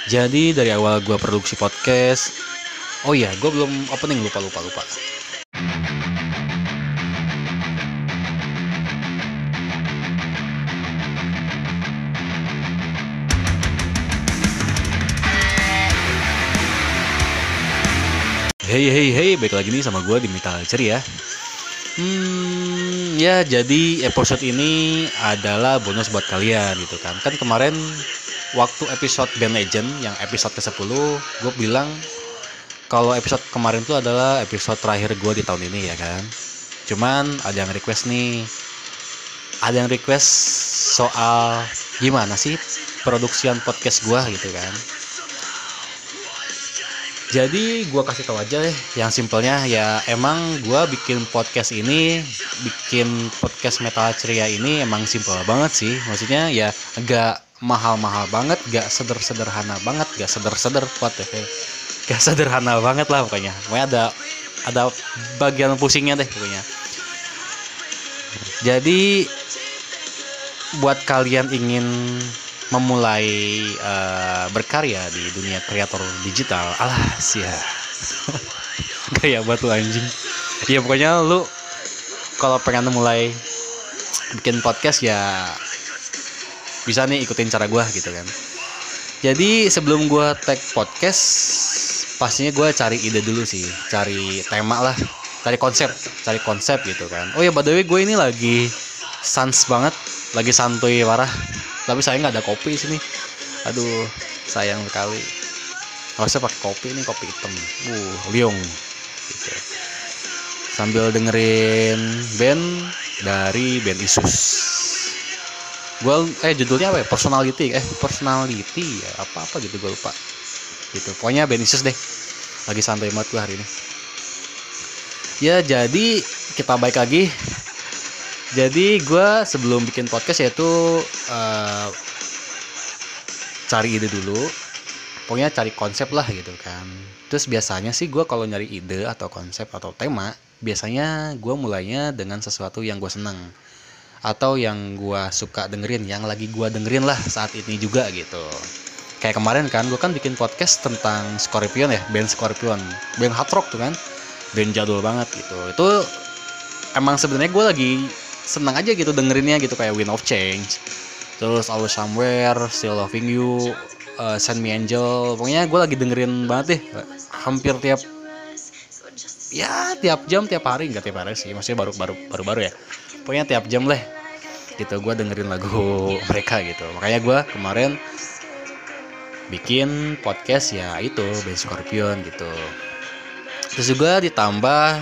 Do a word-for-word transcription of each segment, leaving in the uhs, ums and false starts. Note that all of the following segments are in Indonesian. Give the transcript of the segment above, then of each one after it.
Jadi dari awal gue produksi podcast, oh iya, gue belum opening, lupa lupa lupa. Hey hey hey, balik lagi nih sama gue di Metal Ceria. Hmm, ya jadi episode ini adalah bonus buat kalian gitu kan. Kan kemarin waktu episode Band Legend yang episode kesepuluh, gue bilang kalau episode kemarin itu adalah episode terakhir gue di tahun ini ya kan. Cuman ada yang request nih, ada yang request soal gimana sih produksian podcast gue gitu kan. Jadi gue kasih tahu aja deh, yang simpelnya ya emang gue bikin podcast ini, bikin podcast Metal Ceria ini emang simpel banget sih. Maksudnya ya gak mahal-mahal banget, gak seder-sederhana banget, gak seder-seder what the hell. Gak sederhana banget lah pokoknya. Pokoknya ada ada bagian pusingnya deh pokoknya. Jadi buat kalian ingin memulai uh, berkarya di dunia kreator digital, alah sia kayak buat lu anjing. Ya pokoknya lu kalau pengen mulai bikin podcast ya bisa nih ikutin cara gue gitu kan. Jadi sebelum gue tag podcast, pastinya gue cari ide dulu sih, cari tema lah, cari konsep, cari konsep gitu kan. Oh ya by the way, gue ini lagi sans banget, lagi santuy parah. Tapi saya nggak ada kopi di sini. Aduh, sayang sekali. Harusnya pakai kopi, ini kopi hitam. Uh, Liong. Gitu. Sambil dengerin band dari band Isus. Gua eh judulnya apa ya? Personality. Eh, Personality ya, apa-apa gitu gue lupa. Gitu. Pokoknya band Isus deh. Lagi santai banget gue hari ini. Ya, jadi kita balik lagi. Jadi gue sebelum bikin podcast yaitu uh, cari ide dulu, pokoknya cari konsep lah gitu kan. Terus biasanya sih gue kalau nyari ide atau konsep atau tema, biasanya gue mulainya dengan sesuatu yang gue seneng atau yang gue suka dengerin, yang lagi gue dengerin lah saat ini juga gitu. Kayak kemarin kan, gue kan bikin podcast tentang Scorpion ya, band Scorpion, band hard rock tuh kan, band jadul banget gitu. Itu emang sebenarnya gue lagi senang aja gitu dengerinnya gitu, kayak Wind of Change, terus Always Somewhere, Still Loving You, uh, Send Me Angel. Pokoknya gue lagi dengerin banget deh, hampir tiap ya tiap jam, tiap hari, nggak tiap hari sih, maksudnya baru baru baru baru ya. Pokoknya tiap jam lah gitu gue dengerin lagu mereka gitu. Makanya gue kemarin bikin podcast ya itu band Scorpion gitu. Terus juga ditambah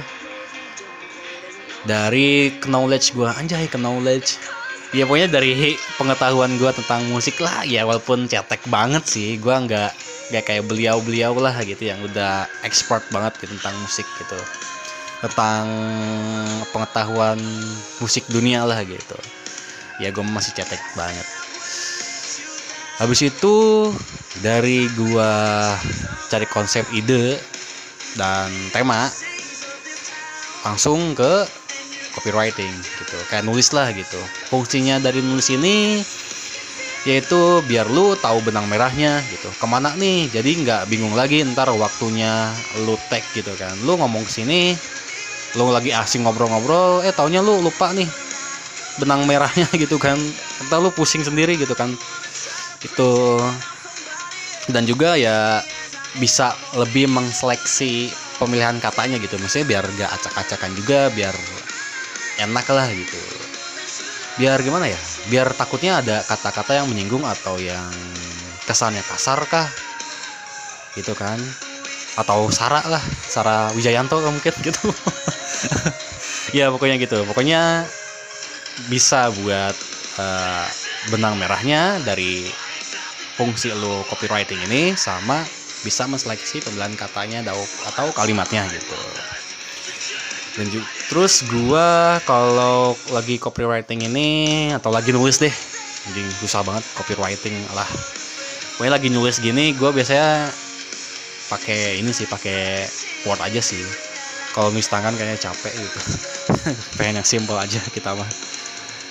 dari knowledge gue, anjay knowledge ya pokoknya dari pengetahuan gue tentang musik lah ya, walaupun cetek banget sih, gue nggak nggak kayak beliau-beliau lah gitu yang udah expert banget gitu tentang musik gitu, tentang pengetahuan musik dunia lah gitu ya, gue masih cetek banget. Habis itu dari gue cari konsep, ide dan tema, langsung ke copywriting gitu, kayak nulis lah gitu. Fungsinya dari nulis ini yaitu biar lu tahu benang merahnya gitu, kemana nih, jadi nggak bingung lagi ntar waktunya lu tag gitu kan. Lu ngomong kesini, lu lagi asing ngobrol-ngobrol, eh taunya lu lupa nih benang merahnya gitu kan, ntar lu pusing sendiri gitu kan itu. Dan juga ya bisa lebih mengseleksi pemilihan katanya gitu, maksudnya biar gak acak-acakan juga, biar enak lah gitu, biar gimana ya, biar takutnya ada kata-kata yang menyinggung atau yang kesannya kasar kah gitu kan, atau Sara lah, Sara Wijayanto mungkin gitu. Ya pokoknya gitu, pokoknya bisa buat uh, benang merahnya dari fungsi lo copywriting ini, sama bisa menseleksi pemilihan katanya atau kalimatnya gitu. Dan juga, terus gue kalau lagi copywriting ini atau lagi nulis deh, jadi susah banget copywriting lah. Pokoknya lagi nulis gini, gue biasanya pakai ini sih, pakai Word aja sih. Kalau nulis tangan kayaknya capek gitu. Pengen yang simple aja kita mah.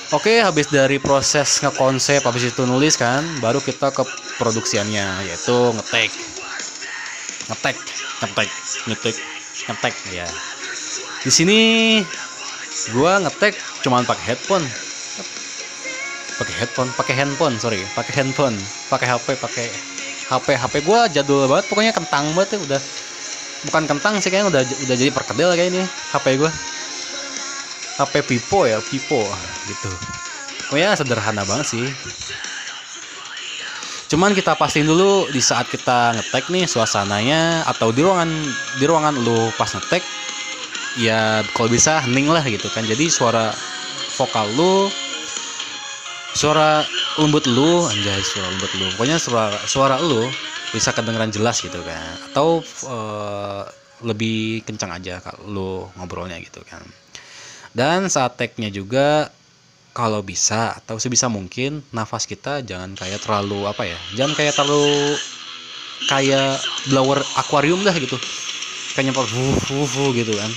Oke, habis dari proses ngekonsep, habis itu nulis kan, baru kita ke produksiannya, yaitu ngetek, ngetek, ngetek, ngetek, ngetek ya. Di sini gua ngetek cuman pakai headphone, pakai headphone, pakai handphone, sorry, pakai handphone, pakai H P, pakai H P, H P gua jadul banget, pokoknya kentang banget ya, udah bukan kentang sih kayaknya, udah udah jadi perkedel kayak ini H P gua. H P Vivo ya, Vivo gitu. Pokoknya sederhana banget sih. Cuman kita pastiin dulu di saat kita ngetek nih suasananya, atau di ruangan di ruangan lu pas ngetek ya kalau bisa hening lah gitu kan. Jadi suara vokal lu, suara lembut lu, anjay suara lembut lu. Pokoknya suara suara lu bisa kedengeran jelas gitu kan. Atau uh, lebih kencang aja kalau lu ngobrolnya gitu kan. Dan saat tag-nya juga kalau bisa atau sebisa mungkin nafas kita jangan kayak terlalu apa ya, jangan kayak terlalu kayak blower akuarium dah gitu, kayak nyemprot wuh wuh wuh gitu kan.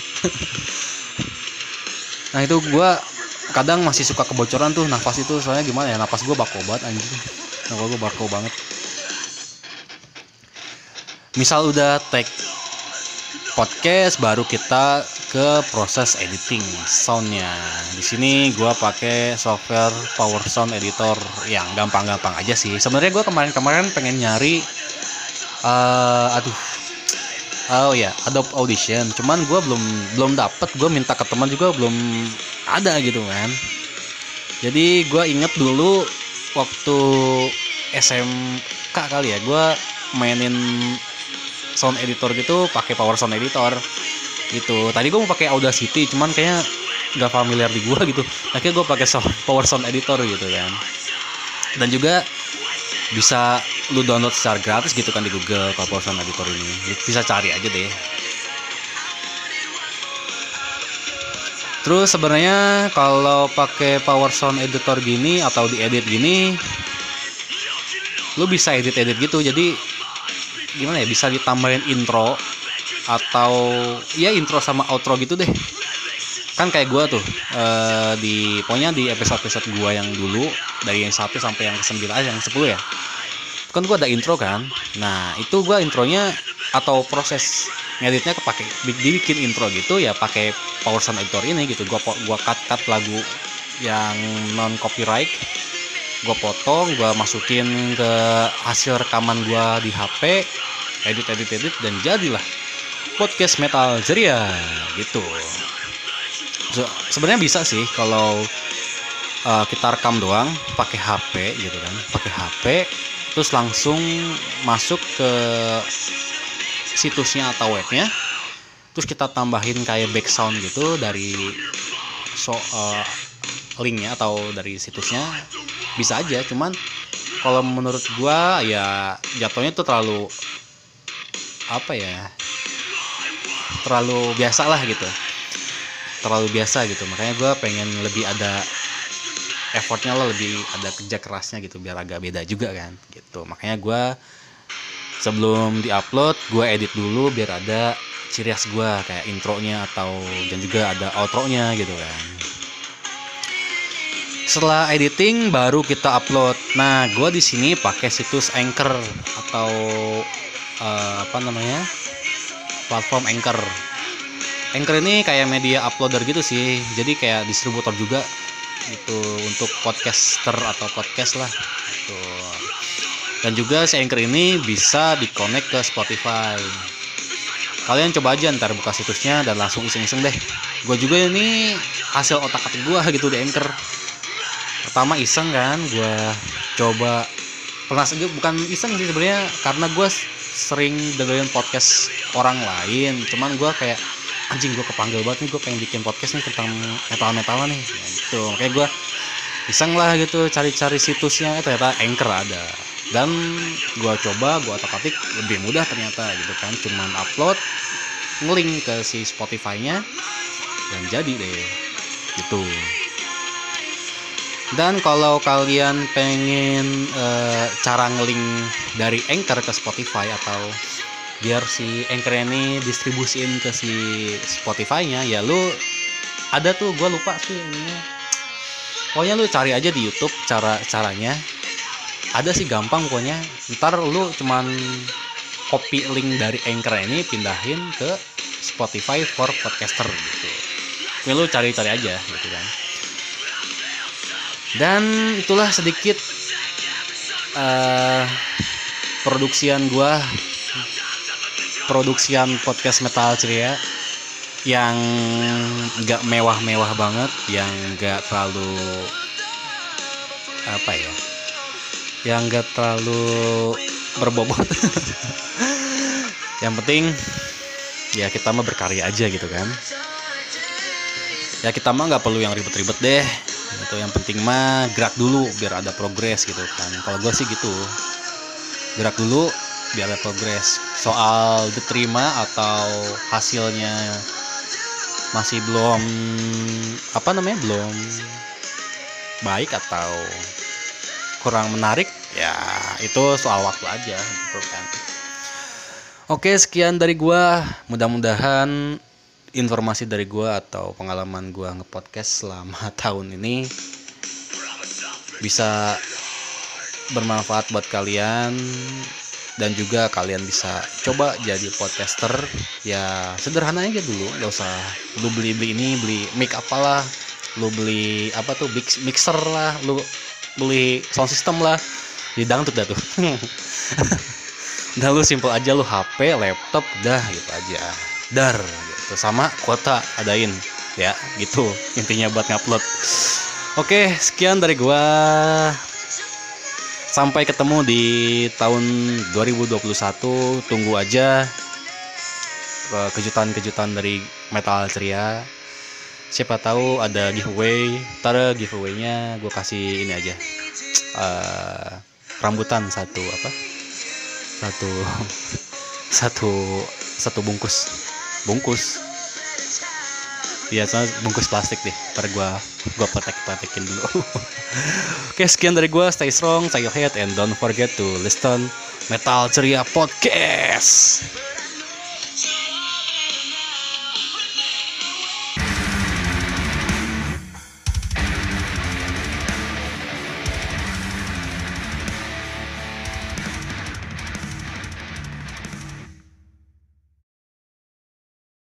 Nah itu gue kadang masih suka kebocoran tuh nafas itu, soalnya gimana ya, nafas gue bako banget anjing, nafas gue bako banget. Misal udah tag podcast, baru kita ke proses editing soundnya. Di sini gue pakai software Power Sound Editor yang gampang-gampang aja sih. Sebenarnya gue kemarin-kemarin pengen nyari, uh, aduh, oh ya, Adobe Audition. Cuman gue belum belum dapet. Gue minta ke teman juga belum ada gitu kan. Jadi gue inget dulu waktu S M K kali ya, gue mainin sound editor gitu pakai Power Sound Editor gitu. Tadi gue mau pakai Audacity, cuman kayaknya nggak familiar di gue gitu. Akhirnya gue pakai Power Sound Editor gitu kan. Dan juga bisa lu download secara gratis gitu kan di Google Power Sound Editor ini. Bisa cari aja deh. Terus sebenarnya kalau pakai Power Sound Editor gini atau diedit gini, lu bisa edit-edit gitu. Jadi gimana ya, bisa ditambahin intro atau ya intro sama outro gitu deh. Kan kayak gue tuh uh, di pokoknya di episode-episode gue yang dulu dari yang satu sampai yang kesembilan, yang sepuluh ya, kan gue ada intro kan. Nah itu gue intronya atau proses ngeditnya kepake dibikin intro gitu ya pakai Power Sound Editor ini gitu. Gue gua cut cut lagu yang non copyright, gue potong, gue masukin ke hasil rekaman gue di H P, edit edit edit dan jadilah podcast Metal Ceria gitu. So, sebenarnya bisa sih kalau uh, kita rekam doang pakai H P gitu kan, pakai H P terus langsung masuk ke situsnya atau webnya, terus kita tambahin kayak background gitu dari so, uh, linknya atau dari situsnya, bisa aja. Cuman kalau menurut gua ya jatuhnya tuh terlalu apa ya, terlalu biasa lah gitu, terlalu biasa gitu. Makanya gue pengen lebih ada effortnya lah, lebih ada kerja kerasnya gitu biar agak beda juga kan gitu. Makanya gue sebelum diupload gue edit dulu biar ada ciri khas gue kayak intronya atau dan juga ada outronya gitu kan. Setelah editing baru kita upload. Nah gue di sini pakai situs Anchor atau uh, apa namanya, platform Anchor. Anchor ini kayak media uploader gitu sih, jadi kayak distributor juga gitu untuk podcaster atau podcast lah gitu. Dan juga si Anchor ini bisa di-connect ke Spotify. Kalian coba aja ntar buka situsnya dan langsung iseng-iseng deh. Gue juga ini hasil otak-atik gue gitu di Anchor. Pertama iseng kan, gue coba pernah bukan iseng sih sebenarnya, karena gue sering dengerin podcast orang lain. Cuman gue kayak anjing, gue kepanggil banget nih, gue pengen bikin podcast nih tentang metal-metalan nih gitu. Makanya gue iseng lah gitu cari-cari situsnya, eh, ternyata Anchor ada. Dan gue coba, gue otak-atik lebih mudah ternyata gitu kan. Cuman upload, ngelink ke si Spotify-nya dan jadi deh gitu. Dan kalau kalian pengen e, cara ngelink dari Anchor ke Spotify atau biar si Anchor ini distribusiin ke si Spotify-nya, ya lu ada tuh, gue lupa sih ininya, Pokoknya lu cari aja di YouTube cara caranya. Ada sih gampang pokoknya. Ntar lu cuman copy link dari Anchor ini pindahin ke Spotify for podcaster gitu. Ini lu cari-cari aja gitu kan. Dan itulah sedikit uh, produksian gua, produksian podcast Metal Ceria yang nggak mewah-mewah banget, yang nggak terlalu apa ya, yang nggak terlalu berbobot. Yang penting ya kita mah berkarya aja gitu kan. Ya kita mah nggak perlu yang ribet-ribet deh. Itu yang penting mah gerak dulu biar ada progres gitu kan. Kalau gue sih gitu, gerak dulu biar ada progres. Soal diterima atau hasilnya masih belum apa namanya belum baik atau kurang menarik, ya itu soal waktu aja gitu kan. Oke, sekian dari gua. Mudah-mudahan informasi dari gua atau pengalaman gua nge-podcast selama tahun ini bisa bermanfaat buat kalian, dan juga kalian bisa coba jadi podcaster. Ya sederhana aja dulu, gak usah lu beli-beli ini, beli mic apalah, lu beli apa tuh mixer lah, lu beli sound system lah, jadi dangdut dah tuh. Udah lu simple aja, lu H P, laptop, udah gitu aja, dar gitu, sama kuota adain ya gitu intinya buat ngupload. Oke, sekian dari gua. Sampai ketemu di tahun dua ribu dua puluh satu. Tunggu aja kejutan-kejutan dari Metal Ceria. Siapa tahu ada giveaway. Ntar giveaway-nya gue kasih ini aja, uh, rambutan satu apa? Satu satu satu bungkus bungkus. Iya, soalnya bungkus plastik deh. Ntar gue gue petek-petekin dulu. Oke, sekian dari gue. Stay strong, stay your head, and don't forget to listen Metal Ceria Podcast.